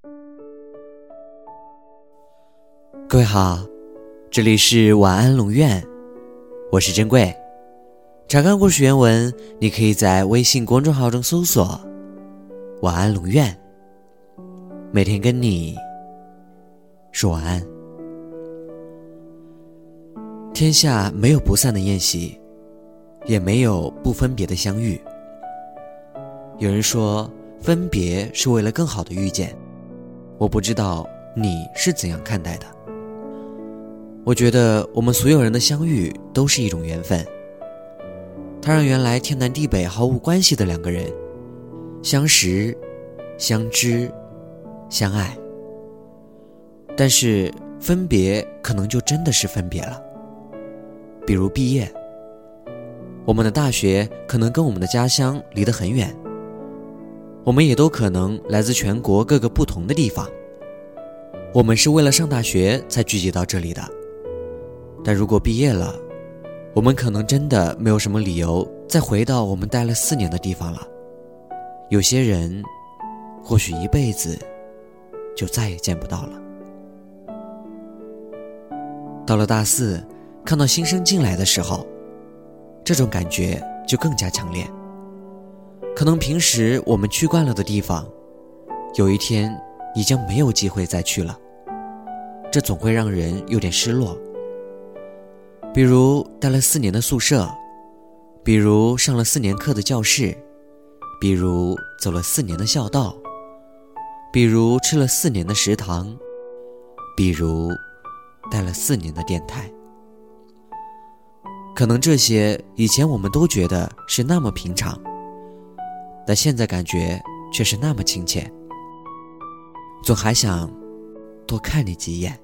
各位好，这里是晚安龙院，我是珍贵。查看故事原文，你可以在微信公众号中搜索晚安龙院，每天跟你说晚安。天下没有不散的宴席，也没有不分别的相遇。有人说分别是为了更好的遇见，我不知道你是怎样看待的。我觉得我们所有人的相遇都是一种缘分，它让原来天南地北毫无关系的两个人相识、相知、相爱。但是分别可能就真的是分别了。比如毕业，我们的大学可能跟我们的家乡离得很远，我们也都可能来自全国各个不同的地方，我们是为了上大学才聚集到这里的。但如果毕业了，我们可能真的没有什么理由再回到我们待了4年的地方了。有些人或许一辈子就再也见不到了。到了大4，看到新生进来的时候，这种感觉就更加强烈。可能平时我们去惯了的地方，有一天你将没有机会再去了，这总会让人有点失落。比如待了4年的宿舍，比如上了4年课的教室，比如走了4年的校道，比如吃了4年的食堂，比如待了4年的电台。可能这些以前我们都觉得是那么平常，但现在感觉却是那么亲切，总还想多看你几眼。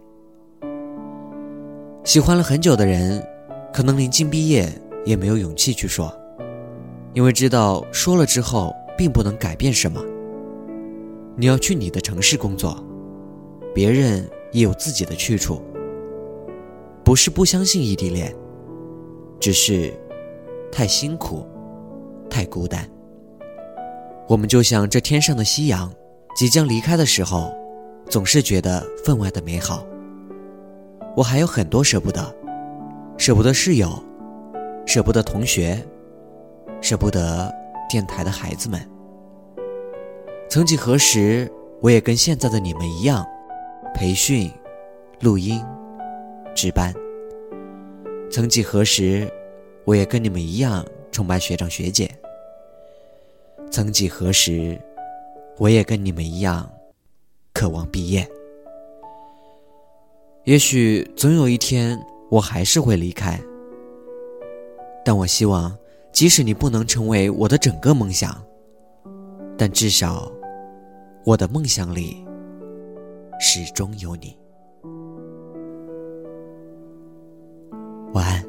喜欢了很久的人，可能临近毕业也没有勇气去说，因为知道说了之后并不能改变什么。你要去你的城市工作，别人也有自己的去处。不是不相信异地恋，只是太辛苦，太孤单。我们就像这天上的夕阳，即将离开的时候，总是觉得分外的美好。我还有很多舍不得，舍不得室友，舍不得同学，舍不得电台的孩子们。曾几何时，我也跟现在的你们一样，培训、录音、值班。曾几何时，我也跟你们一样崇拜学长学姐。曾几何时，我也跟你们一样渴望毕业。也许总有一天我还是会离开，但我希望即使你不能成为我的整个梦想，但至少我的梦想里始终有你。晚安。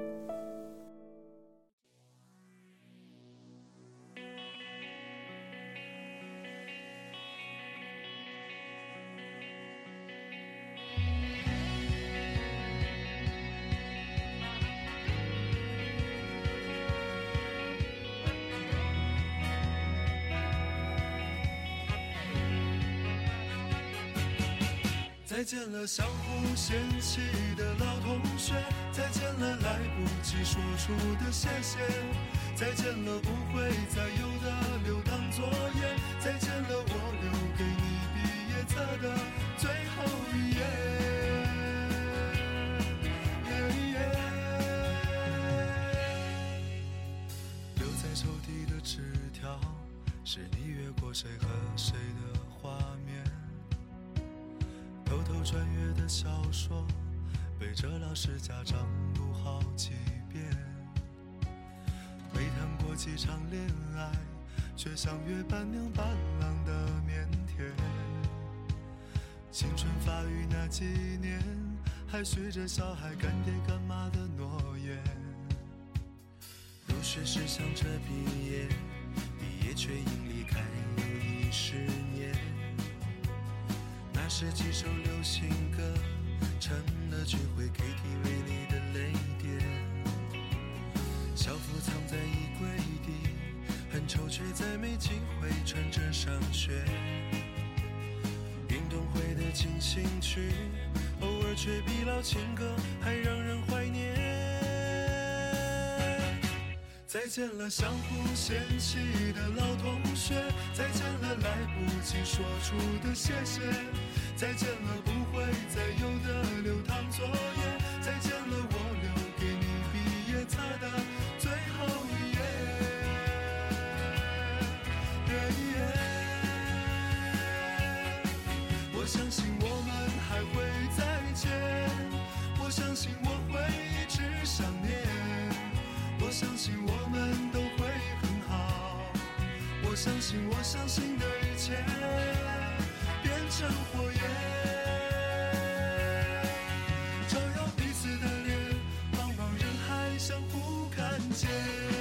再见了相互嫌弃的老同学，再见了来不及说出的谢谢，再见了不会再有的留堂作业，再见了我留给你毕业册的最后一页。留在抽屉的纸条，是你越过谁和谁的画面，偷偷穿越的小说，背着老师家长读好几遍。没谈过几场恋爱，却像约伴娘伴郎的腼腆。青春发育那几年，还许着小孩干爹干妈的诺言。入学时想着毕业，毕业却因离开又10年。那时几首流行歌成了聚会 KTV 里的泪点，校服藏在衣柜底，很丑却再没机会穿着上学。 进行曲，偶尔却比老情歌还让人怀念。再见了相互嫌弃的老同学，再见了来不及说出的谢谢，再见了不会再有的流淌作业，再见了我留给你毕业册的最后一页。我相信我们还会再见，我相信我会一直想念，我相信我们都会很好，我相信我相信的一切变成火焰，照耀彼此的脸，茫茫人海相互看见。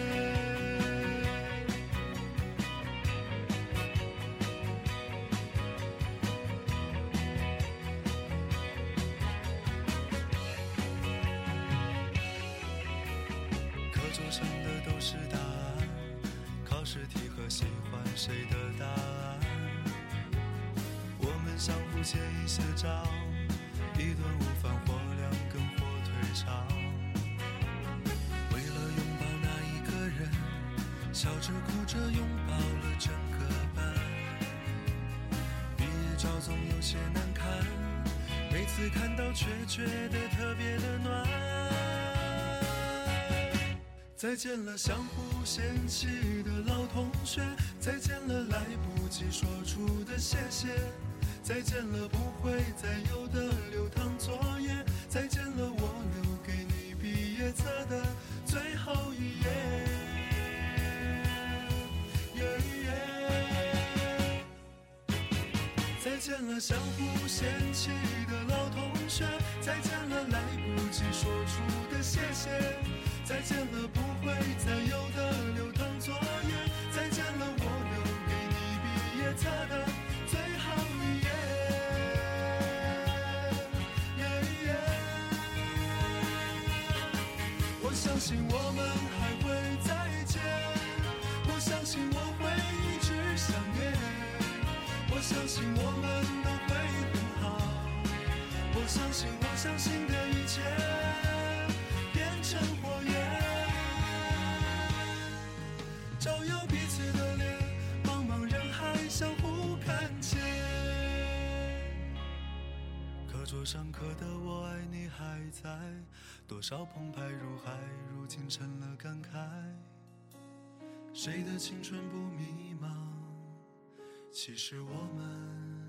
课桌上的都是答案，考试题和喜欢谁的答案，我们相互借一些招，一顿午饭或两根火腿肠，为了拥抱那一个人，笑着哭着拥抱了整个班。毕业照总有些难看，每次看到却觉得特别的暖。再见了相互嫌弃的老同学，再见了来不及说出的谢谢，再见了不会再有的流淌作业，再见了我留给你毕业册的最后一页。再见了相互嫌弃的老同学，再见了来不及说出的谢谢，再见了不会再有的流淌作业，再见了我留给你毕业册的最后一页。我相信我们还会再见，我相信我会一直想念，我相信我们都会很好，我相信我相信的一切变成火焰，照耀彼此的脸，茫茫人海相互看见。课桌上刻的我爱你还在，多少澎湃如海，如今成了感慨。谁的青春不迷茫？其实我们